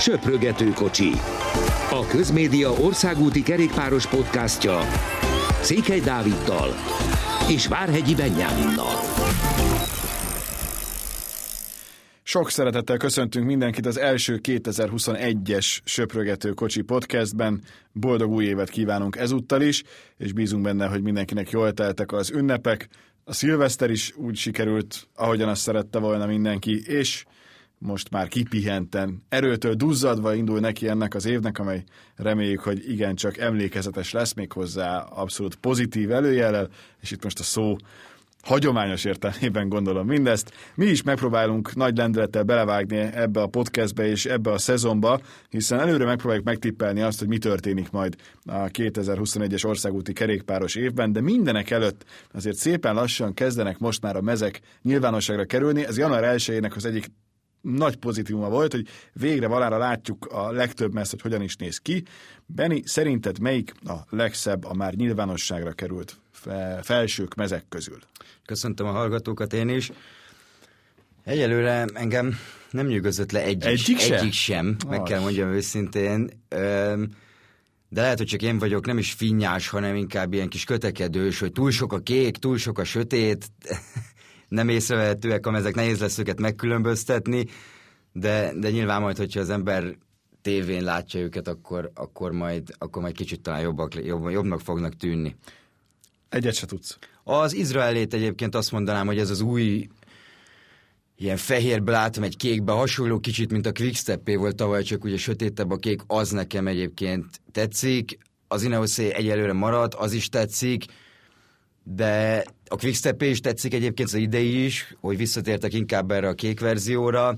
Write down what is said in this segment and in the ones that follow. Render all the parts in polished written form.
Söprögető kocsi. A Közmédia országúti kerékpáros podcastja Székely Dáviddal és Várhegyi Benyáminnal. Sok szeretettel köszöntünk mindenkit az első 2021-es Söprögető kocsi podcastben. Boldog új évet kívánunk ezúttal is, és bízunk benne, hogy mindenkinek jól teltek az ünnepek. A szilveszter is úgy sikerült, ahogyan azt szerette volna mindenki, és most már kipihenten, erőtől duzzadva indul neki ennek az évnek, amely reméljük, hogy igencsak emlékezetes lesz, méghozzá abszolút pozitív előjellel, és itt most a szó hagyományos értelmében gondolom mindezt. Mi is megpróbálunk nagy lendülettel belevágni ebbe a podcastbe és ebbe a szezonba, hiszen előre megpróbáljuk megtippelni azt, hogy mi történik majd a 2021-es országúti kerékpáros évben, de mindenek előtt azért szépen lassan kezdenek most már a mezek nyilvánosságra kerülni. Ez január 1-ének az egyik nagy pozitívuma volt, hogy végre valára látjuk a legtöbb mez, hogy hogyan is néz ki. Benni, szerinted melyik a legszebb a már nyilvánosságra került felsők mezek közül? Köszöntöm a hallgatókat én is. Egyelőre engem nem nyűgözött le egyik sem, meg kell mondjam őszintén. De lehet, hogy csak én vagyok, nem is finnyás, hanem inkább ilyen kis kötekedős, hogy túl sok a kék, túl sok a sötét, nem észrevehetőek a mezek, nehéz lesz őket megkülönböztetni, de nyilván majd, hogyha az ember tévén látja őket, akkor majd kicsit talán jobbnak fognak tűnni. Egyet se tudsz. Az izraelét egyébként azt mondanám, hogy ez az új ilyen fehérből látom egy kékbe hasonló, kicsit, mint a Quickstepé volt tavaly, csak ugye sötétebb a kék, az nekem egyébként tetszik. Az Ineosé egyelőre maradt, az is tetszik, de a Quickstepé is tetszik egyébként, az idei is, hogy visszatértek inkább erre a kék verzióra,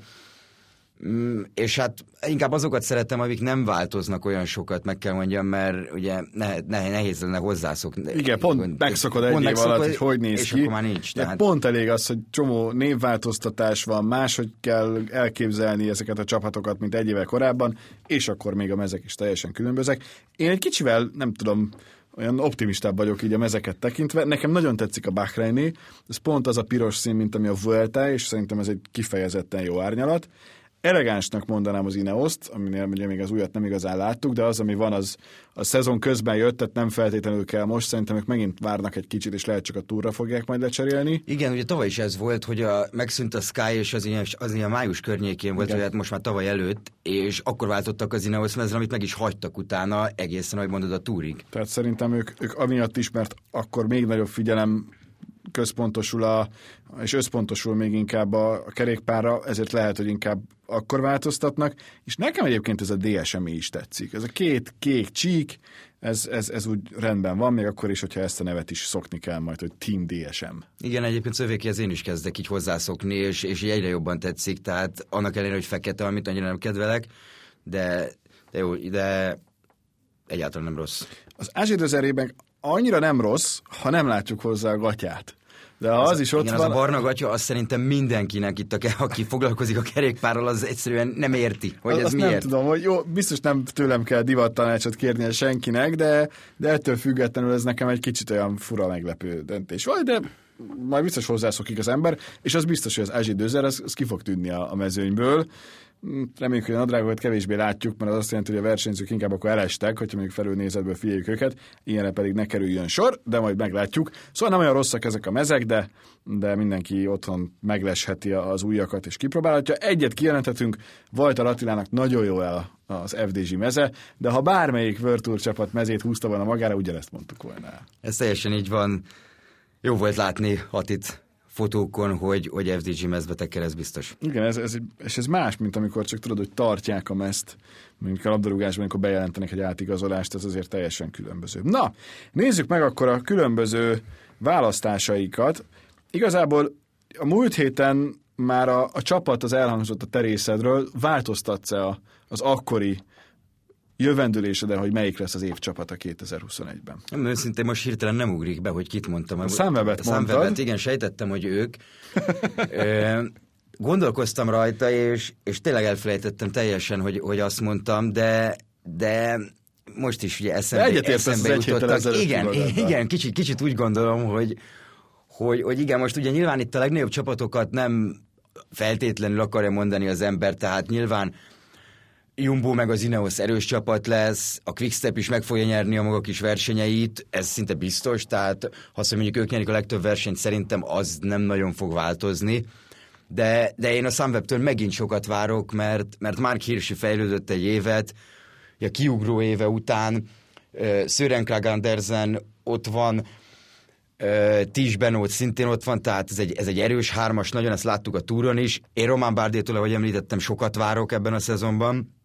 és hát inkább azokat szeretem, amik nem változnak olyan sokat, meg kell mondjam, mert ugye nehéz lenne hozzászokni. Igen, pont megszokod egy év alatt, hogy néz és ki. Akkor már nincs. Tehát... Pont elég az, hogy csomó névváltoztatás van, máshogy kell elképzelni ezeket a csapatokat, mint egy évvel korábban, és akkor még a mezek is teljesen különbözek. Én egy kicsivel, nem tudom, olyan optimistább vagyok így a mezeket tekintve. Nekem nagyon tetszik a Bahreini, ez pont az a piros szín, mint ami a Vuelta, és szerintem ez egy kifejezetten jó árnyalat. Elegánsnak mondanám az Ineoszt, aminél ugye még az újat nem igazán láttuk, de az, ami van, az a szezon közben jött, tehát nem feltétlenül kell most, szerintem ők megint várnak egy kicsit, és lehet csak a túlra fogják majd lecserélni. Igen, ugye tavaly is ez volt, hogy megszűnt a Sky, és az ilyen május környékén volt, hogy hát most már tavaly előtt, és akkor váltottak az Ineos mezre, amit meg is hagytak utána egészen, ahogy mondod, a túrig. Tehát szerintem ők amiatt is, mert akkor még nagyobb figyelem központosul és összpontosul még inkább a kerékpárra, ezért lehet, hogy inkább akkor változtatnak, és nekem egyébként ez a DSM is tetszik. Ez a két kék csík, ez úgy rendben van, még akkor is, hogyha ezt a nevet is szokni kell majd, hogy Team DSM. Igen, egyébként szövékihez én is kezdek így hozzászokni, és így egyre jobban tetszik, tehát annak ellenére, hogy fekete, amit annyira nem kedvelek, de jó, de egyáltalán nem rossz. Az AG2R-ében annyira nem rossz, ha nem látjuk hozzá a gatyát. De ha az is ott igen, van... az a barna gatya, azt szerintem mindenkinek itt, aki foglalkozik a kerékpárral, az egyszerűen nem érti, hogy ez miért. Nem tudom, hogy jó, biztos nem tőlem kell divattanácsot kérnie senkinek, de ettől függetlenül ez nekem egy kicsit olyan fura meglepő döntés volt, de majd biztos hozzászokik az ember, és az biztos, hogy az AG2R az ki fog tűnni a mezőnyből. Reméljük, hogy a nadrágokat kevésbé látjuk, mert az azt jelenti, hogy a versenyzők inkább akkor elestek, hogyha mondjuk felülnézetből figyeljük őket, ilyenre pedig ne kerüljön sor, de majd meglátjuk. Szóval nem olyan rosszak ezek a mezek, de mindenki otthon meglesheti az újakat és kipróbálhatja. Egyet kijelenthetünk, Walter Attilának nagyon jó el az FDG meze, de ha bármelyik World Tour csapat mezét húzta volna magára, ugyanezt mondtuk volna. Ez teljesen így van. Jó volt látni Attit fotókon, hogy FDG mezbe teker, ez biztos. Igen, ez más, mint amikor csak tudod, hogy tartják a mezt, mondjuk a labdarúgásban, amikor bejelentenek egy átigazolást, ez azért teljesen különböző. Na, nézzük meg akkor a különböző választásaikat. Igazából a múlt héten már a csapat az elhangzott a terészedről, változtatsz-e az akkori jövendőlésed, hogy melyik lesz az évcsapata 2021-ben? Nem, őszintén most hirtelen nem ugrik be, hogy kit mondtam. A Sunwebet mondtad. Igen, sejtettem, hogy ők. Gondolkoztam rajta, és tényleg elfelejtettem teljesen, hogy azt mondtam, de most is ugye eszembe jutottak. Igen, kicsit úgy gondolom, hogy igen, most ugye nyilván itt a legnagyobb csapatokat nem feltétlenül akarja mondani az ember, tehát nyilván Jumbo meg az Ineos erős csapat lesz, a Quickstep is meg fogja nyerni a maga kis versenyeit, ez szinte biztos, tehát ha mondjuk ők nyerik a legtöbb versenyt, szerintem az nem nagyon fog változni. De én a Sunwebtől megint sokat várok, mert Mark Hirschi fejlődött egy évet, a kiugró éve után Søren Kragh Andersen ott van, Tish Benoit szintén ott van, tehát ez egy erős hármas, nagyon ezt láttuk a túron is. Én Romain Bardetől, ahogy említettem, sokat várok ebben a szezonban,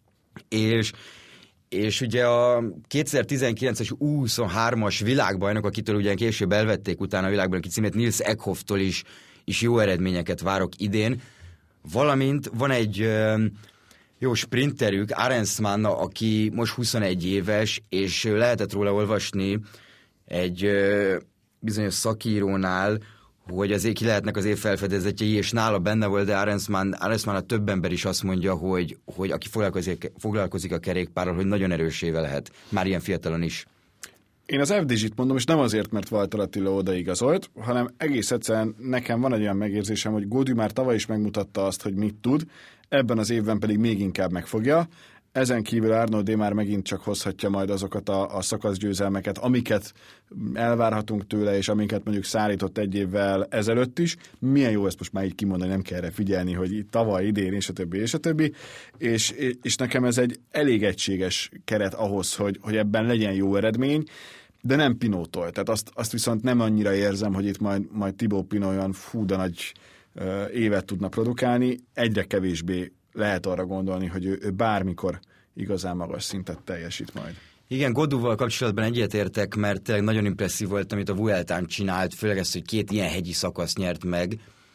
és ugye a 2019-es U23-as világbajnok, akitől ugye később elvették utána a világbajnoki címét, Nils Eckhoff-tól is jó eredményeket várok idén, valamint van egy jó sprinterük, Arensmann, aki most 21 éves, és lehetett róla olvasni egy bizonyos szakírónál, hogy azért ki lehetnek az év felfedezetjei, és nála benne volt, de Arensmann a több ember is azt mondja, hogy aki foglalkozik a kerékpárral, hogy nagyon erősével lehet, már ilyen fiatalon is. Én az FDZ-t mondom, és nem azért, mert Walter Attila odaigazolt, hanem egész egyszerűen nekem van egy olyan megérzésem, hogy Gaudu már tavaly is megmutatta azt, hogy mit tud, ebben az évben pedig még inkább megfogja. Ezen kívül Arnaud Démare megint csak hozhatja majd azokat a szakaszgyőzelmeket, amiket elvárhatunk tőle, és amiket mondjuk szállított egy évvel ezelőtt is. Milyen jó ezt most már így kimondani, nem kell erre figyelni, hogy itt tavaly, idén, és a többi, és a többi. És nekem ez egy elég egységes keret ahhoz, hogy ebben legyen jó eredmény, de nem Pinótól. Tehát azt viszont nem annyira érzem, hogy itt majd Thibaut Pinot olyan de nagy évet tudna produkálni. Egyre kevésbé lehet arra gondolni, hogy ő bármikor igazán magas szintet teljesít majd. Igen, Gauduval kapcsolatban egyetértek, mert tényleg nagyon impresszív volt, amit a Vueltán csinált, főleg ezt, hogy 2 ilyen hegyi szakaszt nyert meg,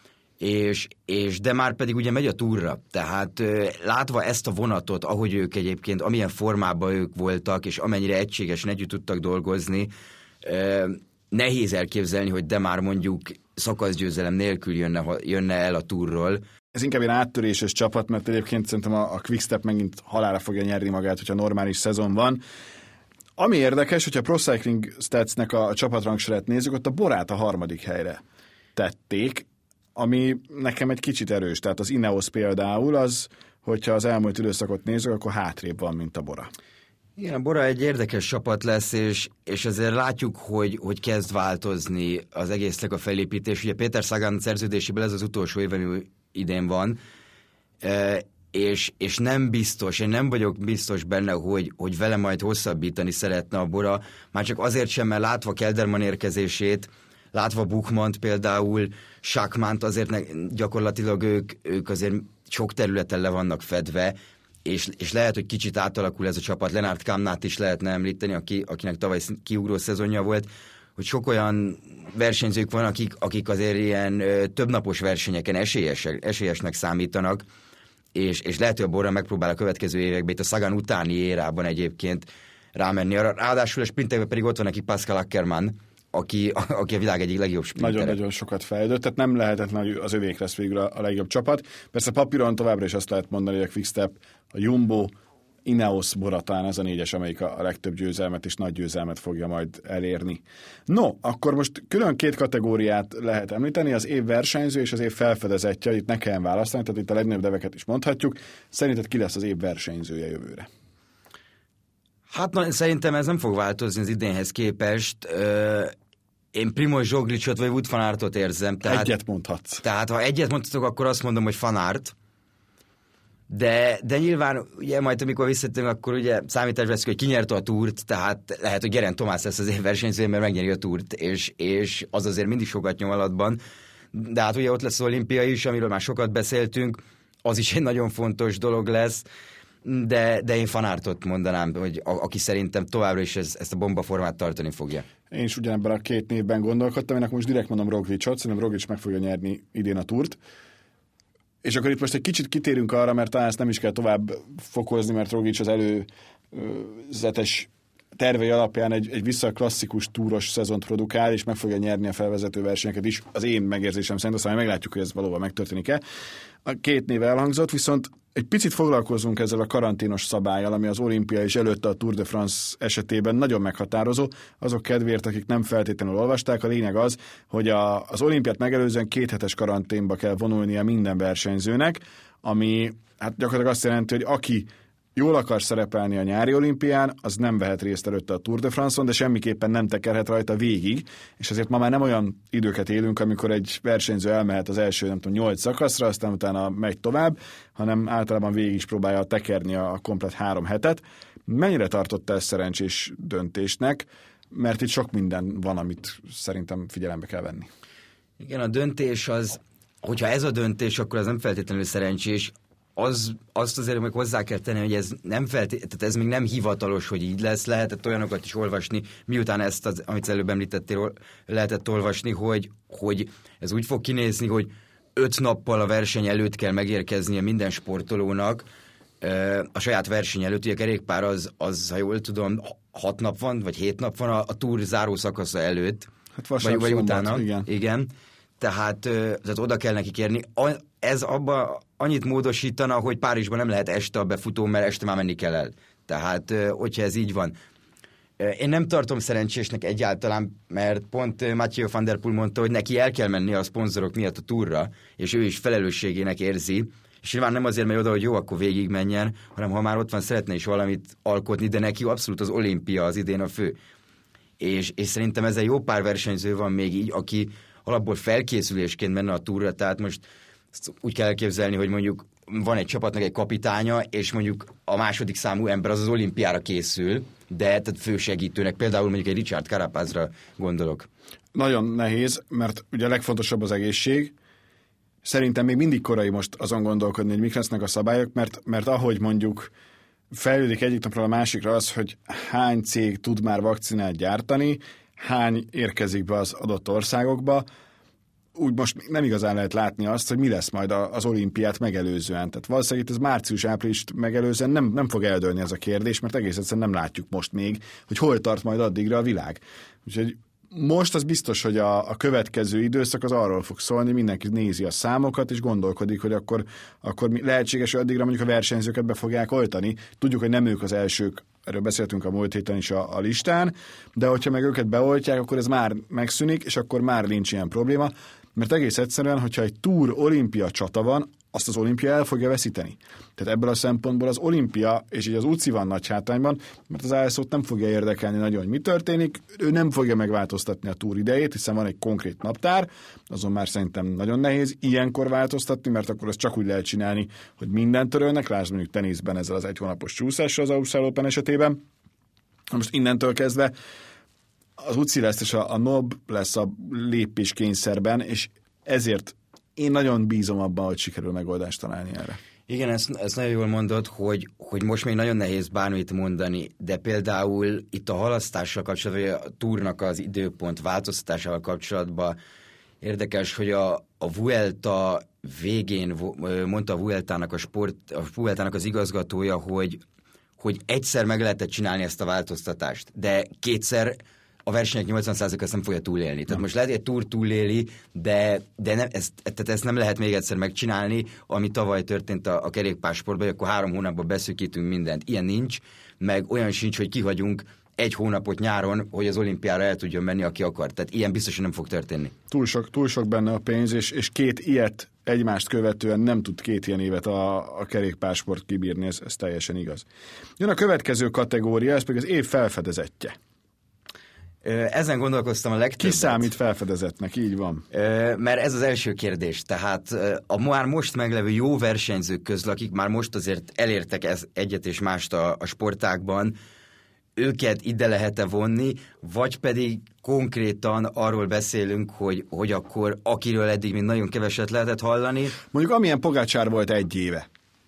és de már pedig ugye megy a túrra, tehát látva ezt a vonatot, ahogy ők egyébként, amilyen formában ők voltak, és amennyire egységesen együtt tudtak dolgozni, nehéz elképzelni, hogy de már mondjuk szakaszgyőzelem nélkül jönne el a túrról. Ez inkább egy áttöréses csapat, mert egyébként szerintem a Quickstep megint halálra fogja nyerni magát, hogyha normális szezon van. Ami érdekes, hogyha a Pro Cycling Stats-nek a csapatrangsorát nézzük, ott a Borát a 3. helyre tették, ami nekem egy kicsit erős. Tehát az Ineos például az, hogyha az elmúlt időszakot nézzük, akkor hátrébb van, mint a Bora. Igen, a Bora egy érdekes csapat lesz, és ezért látjuk, hogy kezd változni az egésznek a felépítés. Ugye Péter Sagan szerződésében ez az utolsó év, ami idén van, és nem biztos, én nem vagyok biztos benne, hogy vele majd hosszabbítani szeretne a Bora, már csak azért sem, mert látva Kelderman érkezését, látva Buchmannt például, Schachmannt, azért gyakorlatilag ők azért sok területen le vannak fedve, és lehet, hogy kicsit átalakul ez a csapat. Lennart Kamnát is lehetne említeni, akinek tavaly kiugró szezonja volt, hogy sok olyan versenyzők van, akik azért ilyen többnapos versenyeken esélyesnek számítanak, és lehet, hogy a Bora megpróbál a következő években, itt a Sagan utáni érában egyébként rámenni. Ráadásul a sprintekben pedig ott van neki Pascal Ackermann, aki a világ egyik legjobb sprintere. Nagyon-nagyon sokat fejlődött, tehát nem lehetetlen, hogy az övék lesz végül a legjobb csapat. Persze papíron továbbra is azt lehet mondani, hogy a Quickstep, a Jumbo, Ineos, Bora, talán ez a 4-es, amelyik a legtöbb győzelmet és nagy győzelmet fogja majd elérni. No, akkor most külön 2 kategóriát lehet említeni, az év versenyző és az év felfedezetje, itt ne kelljen választani, tehát itt a legnagyobb neveket is mondhatjuk. Szerinted ki lesz az év versenyzője jövőre? Hát szerintem ez nem fog változni az idénhez képest. Én Primož Roglicot vagy Wout van Aertot érzem. Egyet mondhatsz. Tehát ha egyet mondhatok, akkor azt mondom, hogy Van Aert. De nyilván, ugye majd amikor visszatérünk, akkor ugye számításba veszünk, hogy ki nyerte a túrt, tehát lehet, hogy Geraint Thomas lesz az év versenyző, mert megnyeri a túrt, és az azért mindig sokat nyom alatban. De hát ugye ott lesz az olimpia is, amiről már sokat beszéltünk, az is egy nagyon fontos dolog lesz, de én Van Aertot mondanám, hogy aki szerintem továbbra is ezt a bombaformát tartani fogja. Én is ugyanebben a 2 névben gondolkodtam, én most direkt mondom Roglicot, szerintem Roglic meg fogja nyerni idén a túrt. És akkor itt most egy kicsit kitérünk arra, mert talán ezt nem is kell tovább fokozni, mert Roglic az előzetes tervei alapján egy visszaklasszikus túros szezont produkál, és meg fogja nyerni a felvezető versenyeket is. Az én megérzésem szerint, aztán meglátjuk, hogy ez valóban megtörténik-e. A 2 név elhangzott, viszont egy picit foglalkozunk ezzel a karanténos szabállyal, ami az olimpia és előtte a Tour de France esetében nagyon meghatározó. Azok kedvéért, akik nem feltétlenül olvasták, a lényeg az, hogy az olimpiát megelőzően 2 hetes karanténba kell vonulnia minden versenyzőnek, ami hát gyakorlatilag azt jelenti, hogy aki jól akar szerepelni a nyári olimpián, az nem vehet részt előtte a Tour de France-on, de semmiképpen nem tekerhet rajta végig, és azért ma már nem olyan időket élünk, amikor egy versenyző elmehet az első, nem tudom, 8 szakaszra, aztán utána megy tovább, hanem általában végig is próbálja tekerni a komplet 3 hetet. Mennyire tartotta ezt szerencsés döntésnek, mert itt sok minden van, amit szerintem figyelembe kell venni. Igen, a döntés az, hogyha ez a döntés, akkor az nem feltétlenül szerencsés. Azt azért meg hozzá kell tenni, hogy ez nem tehát ez még nem hivatalos, hogy így lesz. Lehetett olyanokat is olvasni, miután ezt, amit előbb említettél, lehetett olvasni, hogy ez úgy fog kinézni, hogy 5 nappal a verseny előtt kell megérkeznie minden sportolónak, a saját verseny előtt. Ugye a kerékpár az, ha jól tudom, 6 nap van, vagy 7 nap van a Tour záró szakasza előtt. Hát vasárnap, vagy szombat, utána. Igen. Tehát oda kell neki kérni. Ez abba annyit módosítana, hogy Párizsban nem lehet este a befutó, mert este már menni kell el. Tehát, hogyha ez így van. Én nem tartom szerencsésnek egyáltalán, mert pont Mathieu van der Poel mondta, hogy neki el kell menni a szponzorok miatt a Tourra, és ő is felelősségének érzi, és nyilván nem azért megy oda, hogy jó, akkor végigmenjen, hanem ha már ott van, szeretne is valamit alkotni, de neki abszolút az olimpia az idén a fő. És szerintem ezzel jó pár versenyző van még így, aki alapból felkészülésként menne a Tourra, tehát most úgy kell elképzelni, hogy mondjuk van egy csapatnak egy kapitánya, és mondjuk a második számú ember az olimpiára készül, de tehát fősegítőnek, például mondjuk egy Richard Carapazra gondolok. Nagyon nehéz, mert ugye a legfontosabb az egészség. Szerintem még mindig korai most azon gondolkodni, hogy mik lesznek a szabályok, mert ahogy mondjuk fejlődik egyik napról a másikra az, hogy hány cég tud már vakcinát gyártani, hány érkezik be az adott országokba, úgy most nem igazán lehet látni azt, hogy mi lesz majd az olimpiát megelőzően. Tehát valószínűleg itt ez március-áprilist megelőzően nem fog eldőlni ez a kérdés, mert egész egyszerűen nem látjuk most még, hogy hol tart majd addigra a világ. Úgyhogy most az biztos, hogy a következő időszak az arról fog szólni, mindenki nézi a számokat, és gondolkodik, hogy akkor lehetséges, hogy addigra mondjuk a versenyzőket be fogják oltani. Tudjuk, hogy nem ők az elsők, erről beszéltünk a múlt héten is a listán, de hogyha meg őket beoltják, akkor ez már megszűnik, és akkor már nincs ilyen probléma, mert egész egyszerűen, hogyha egy Tour olimpia csata van, azt az olimpia el fogja veszíteni. Tehát ebből a szempontból az olimpia, és így az UCI van nagy hátrányban, mert az ASO-t nem fogja érdekelni nagyon, hogy mi történik, ő nem fogja megváltoztatni a Tour idejét, hiszen van egy konkrét naptár, azon már szerintem nagyon nehéz ilyenkor változtatni, mert akkor azt csak úgy lehet csinálni, hogy mindent törölnek, lásd mondjuk teniszben ezzel az 1 hónapos csúszással az Ausztrál Open esetében. Most innentől kezdve az UCI lesz, és a NOB lesz a lépéskényszerben, és ezért én nagyon bízom abban, hogy sikerül megoldást találni erre. Igen, ezt nagyon jól mondod, hogy most még nagyon nehéz bármit mondani, de például itt a halasztással kapcsolatban, vagy a Tournak az időpont változtatásával kapcsolatban érdekes, hogy a Vuelta végén mondta a Vueltának az igazgatója, hogy egyszer meg lehetett csinálni ezt a változtatást, de kétszer a versenyek 80%-a ezt nem fogja túlélni. Tehát most lehet, hogy egy Tour túléli, de nem, ezt nem lehet még egyszer megcsinálni, ami tavaly történt a kerékpársportban, hogy akkor 3 hónapban beszűkítünk mindent. Ilyen nincs, meg olyan sincs, hogy kihagyunk 1 hónapot nyáron, hogy az olimpiára el tudjon menni, aki akar. Tehát ilyen biztosan nem fog történni. Túl sok benne a pénz, és 2 ilyet egymást követően nem tud 2 ilyen évet a kerékpársport kibírni, ez teljesen igaz. Jön a következő kategória, ez pedig az év felfedezetje. Ezen gondolkoztam a legtöbbet. Ki számít felfedezetnek, így van. Mert ez az első kérdés. Tehát a már most meglevő jó versenyzők közül, akik már most azért elértek egyet és mást a sportágban, őket ide lehet-e vonni, vagy pedig konkrétan arról beszélünk, hogy akkor akiről eddig még nagyon keveset lehetett hallani. Mondjuk amilyen Pogačar volt 1 éve.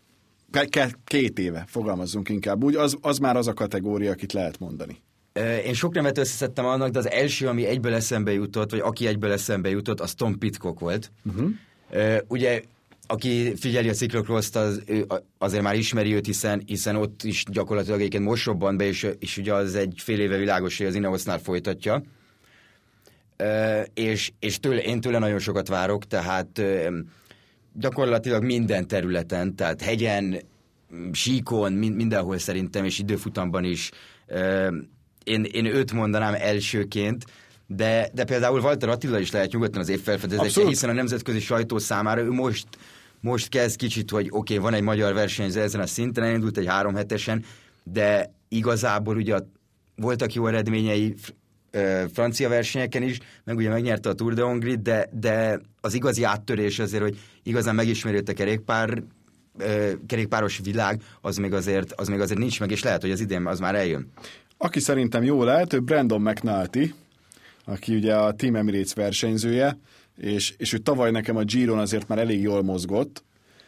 2 éve, fogalmazzunk inkább úgy, az már az a kategória, akit lehet mondani. Én sok nevet összeszedtem annak, de az első, ami egyből eszembe jutott, vagy aki egyből eszembe jutott, az Tom Pidcock volt. Ugye, aki figyeli a Cyclocross-t, azért már ismeri őt, hiszen ott is gyakorlatilag egyébként most robban be, és ugye az egy fél éve világos, hogy az Ineosnál folytatja. És én tőle nagyon sokat várok, tehát gyakorlatilag minden területen, tehát hegyen, síkon, mindenhol szerintem, és időfutamban is. Én őt mondanám elsőként, de például Walter Attila is lehet nyugodtan az év felfedezetje, hiszen a nemzetközi sajtó számára ő most kezd kicsit, hogy oké, van egy magyar versenyző ezen a szinten, elindult egy 3 hetesen, de igazából ugye voltak jó eredményei francia versenyeken is, meg ugye megnyerte a Tour de Hongrie, de az igazi áttörés azért, hogy igazán megismerült a kerékpáros világ, az még azért nincs meg, és lehet, hogy az idén az már eljön. Aki szerintem jó lehet, ő Brandon McNulty, aki ugye a Team Emirates versenyzője, és ő tavaly nekem a Giron azért már elég jól mozgott,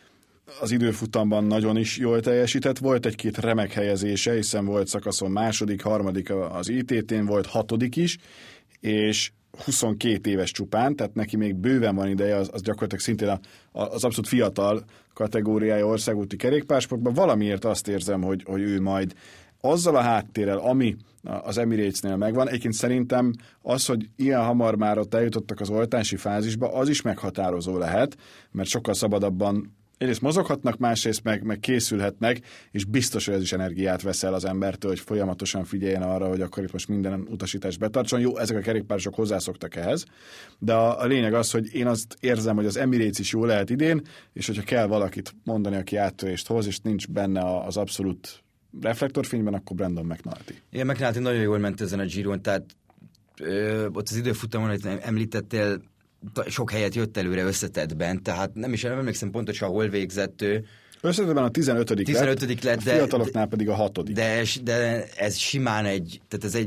az időfutamban nagyon is jól teljesített, volt egy-két remek helyezése, hiszen volt szakaszon 2., 3. az ITT-n, volt 6. is, és 22 éves csupán, tehát neki még bőven van ideje, az gyakorlatilag szintén az abszolút fiatal kategóriája országúti kerékpársportban. Valamiért azt érzem, hogy ő majd azzal a háttérrel, ami az Emiratesnél megvan, egyébként szerintem az, hogy ilyen hamar már ott eljutottak az oltási fázisba, az is meghatározó lehet, mert sokkal szabadabban egyrészt mozoghatnak, másrészt meg készülhetnek, és biztos, hogy ez is energiát vesz el az embertől, hogy folyamatosan figyeljen arra, hogy akkor itt most minden utasítást betartson. Jó, ezek a kerékpárosok hozzászoktak ehhez, de a lényeg az, hogy én azt érzem, hogy az Emirates is jó lehet idén, és hogyha kell valakit mondani, aki áttörést hoz, és nincs benne az abszolút reflektorfényben, akkor Brandon McNulty. Igen, McNulty nagyon jól ment ezen a Giron, tehát ott az időfutamon, hogy említettél, sok helyet jött előre összetettben, tehát nem emlékszem pontosan, hol végzett ő. Összetettben a 15. lett, a fiataloknál pedig a 6. De ez simán tehát ez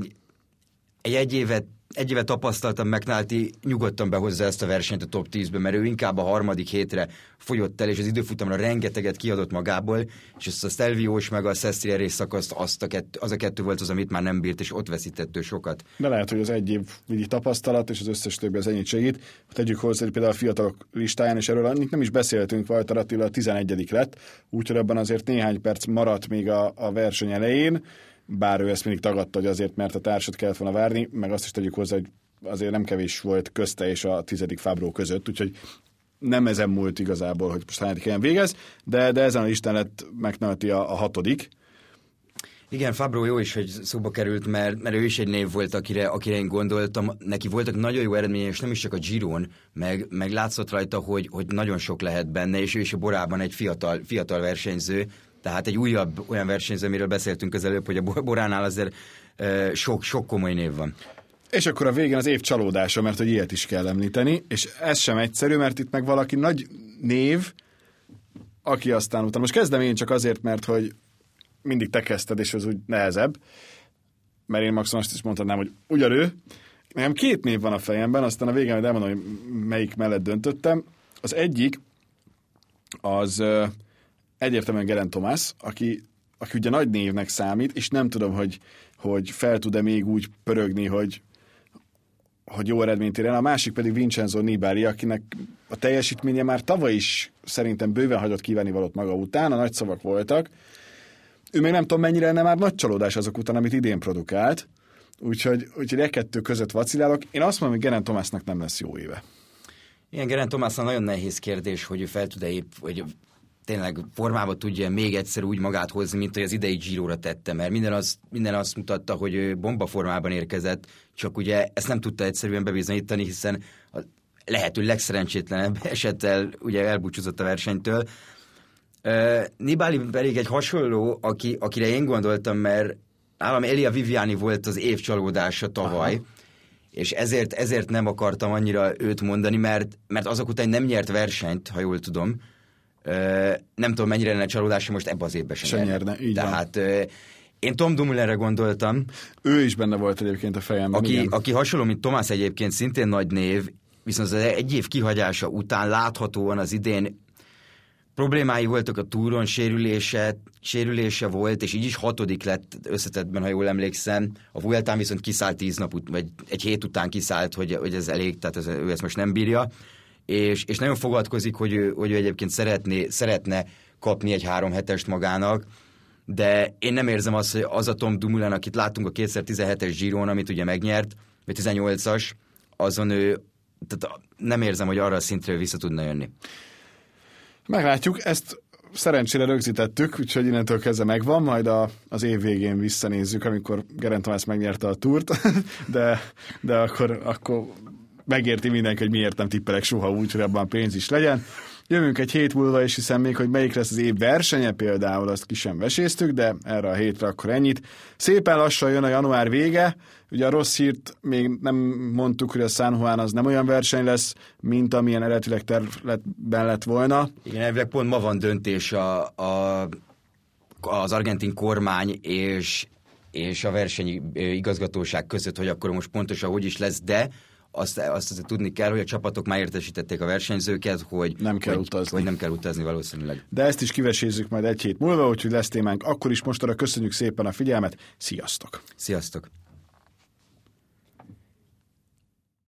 egy évet tapasztaltam, McNulty nyugodtan behozza ezt a versenyt a top 10-be, mert ő inkább a 3. hétre fogyott el, és az időfutamra rengeteget kiadott magából, és ezt a Stelviós meg a Sestriere szakaszt az a kettő volt az, amit már nem bírt, és ott veszített ő sokat. De lehet, hogy az egy év tapasztalat, és az összes többi az ennyit segít. Tegyük hozzá, hogy például a fiatalok listáján, és erről annyit nem is beszéltünk, Walter Attila a 11. lett, úgyhogy abban azért néhány perc maradt még a verseny elején, bár ő ezt mindig tagadta, hogy azért, mert a társat kellett volna várni, meg azt is tegyük hozzá, hogy azért nem kevés volt közte és a 10. Fabro között, úgyhogy nem ezen múlt igazából, hogy most hányadik helyen végez, de ezen a listán lett McNulty a 6. Igen, Fabro jó is, hogy szóba került, mert ő is egy név volt, akire én gondoltam. Neki voltak nagyon jó eredményei, és nem is csak a Giron, meg látszott rajta, hogy nagyon sok lehet benne, és ő is a Borában egy fiatal versenyző, tehát egy újabb olyan versenyző, amiről beszéltünk az előbb, hogy a Boránál azért sok komoly név van. És akkor a végén az év csalódása, mert hogy ilyet is kell említeni, és ez sem egyszerű, mert itt meg valaki nagy név, aki aztán utána. Most kezdem én csak azért, mert hogy mindig te kezdted, és az úgy nehezebb, mert én maximum azt is mondhatnám, hogy ugyan ő. Nekem 2 név van a fejemben, aztán a végén majd elmondom, hogy melyik mellett döntöttem. Az egyik, az egyértelműen Geraint Thomas, aki ugye nagy névnek számít, és nem tudom, hogy fel tud-e még úgy pörögni, hogy jó eredményt érjen. A másik pedig Vincenzo Nibali, akinek a teljesítménye már tavaly is szerintem bőven hagyott kívánnivalót maga után, a nagy szavak voltak. Ő még nem tudom, mennyire lenne már nagy csalódás azok után, amit idén produkált. Úgyhogy kettő között vacilálok. Én azt mondom, hogy Geraint Thomasnak nem lesz jó éve. Igen, Geraint Thomasnak nagyon nehéz kérdés, hogy ő fel tud-e hogy tényleg formába tudja még egyszer úgy magát hozni, mint hogy az idei Giróra tette, mert minden azt mutatta, hogy ő bomba formában érkezett, csak ugye ezt nem tudta egyszerűen bebizonyítani, hiszen a lehető legszerencsétlenebb esettel ugye elbúcsúzott a versenytől. Nibali pedig egy hasonló, akire én gondoltam, mert nálam Elia Viviani volt az év csalódása tavaly, aha, és ezért nem akartam annyira őt mondani, mert azok után nem nyert versenyt, ha jól tudom. Nem tudom, mennyire lenne csalódása, most ebbe az évben sem nyerne. Tehát én Tom Dumoulinre gondoltam. Ő is benne volt egyébként a fejemben. Aki hasonló, mint Thomas egyébként, szintén nagy név, viszont az egy év kihagyása után láthatóan az idén problémái voltak a túron, sérülése volt, és így is 6. lett összetettben, ha jól emlékszem. A Vueltán viszont kiszállt 10 nap, vagy egy hét után kiszállt, hogy ez elég, tehát ő ezt most nem bírja. És nagyon fogadkozik, hogy ő egyébként szeretne kapni egy 3 hetest magának, de én nem érzem azt, hogy az a Tom Dumoulin, akit láttunk a 2017-es Giron, amit ugye megnyert, vagy 18-as, azon ő, tehát nem érzem, hogy arra a szintre vissza tudna jönni. Meglátjuk, ezt szerencsére rögzítettük, úgyhogy innentől kezdve megvan, majd az év végén visszanézzük, amikor Geraint Thomas megnyerte a túrt, de akkor megérti mindenki, hogy miért nem tippelek soha úgy, hogy abban pénz is legyen. Jövünk egy hét múlva, és hiszen még, hogy melyik lesz az év versenye például, azt ki sem veséztük, de erre a hétre akkor ennyit. Szépen lassan jön a január vége, ugye a rossz hírt még nem mondtuk, hogy a San Juan az nem olyan verseny lesz, mint amilyen eredetileg tervben lett volna. Igen, elvileg pont ma van döntés az argentin kormány és a versenyi igazgatóság között, hogy akkor most pontosan hogy is lesz, de azt azért tudni kell, hogy a csapatok már értesítették a versenyzőket, hogy nem kell utazni valószínűleg. De ezt is kivesézzük majd egy hét múlva, úgyhogy lesz témánk akkor is. Mostanra köszönjük szépen a figyelmet, sziasztok! Sziasztok!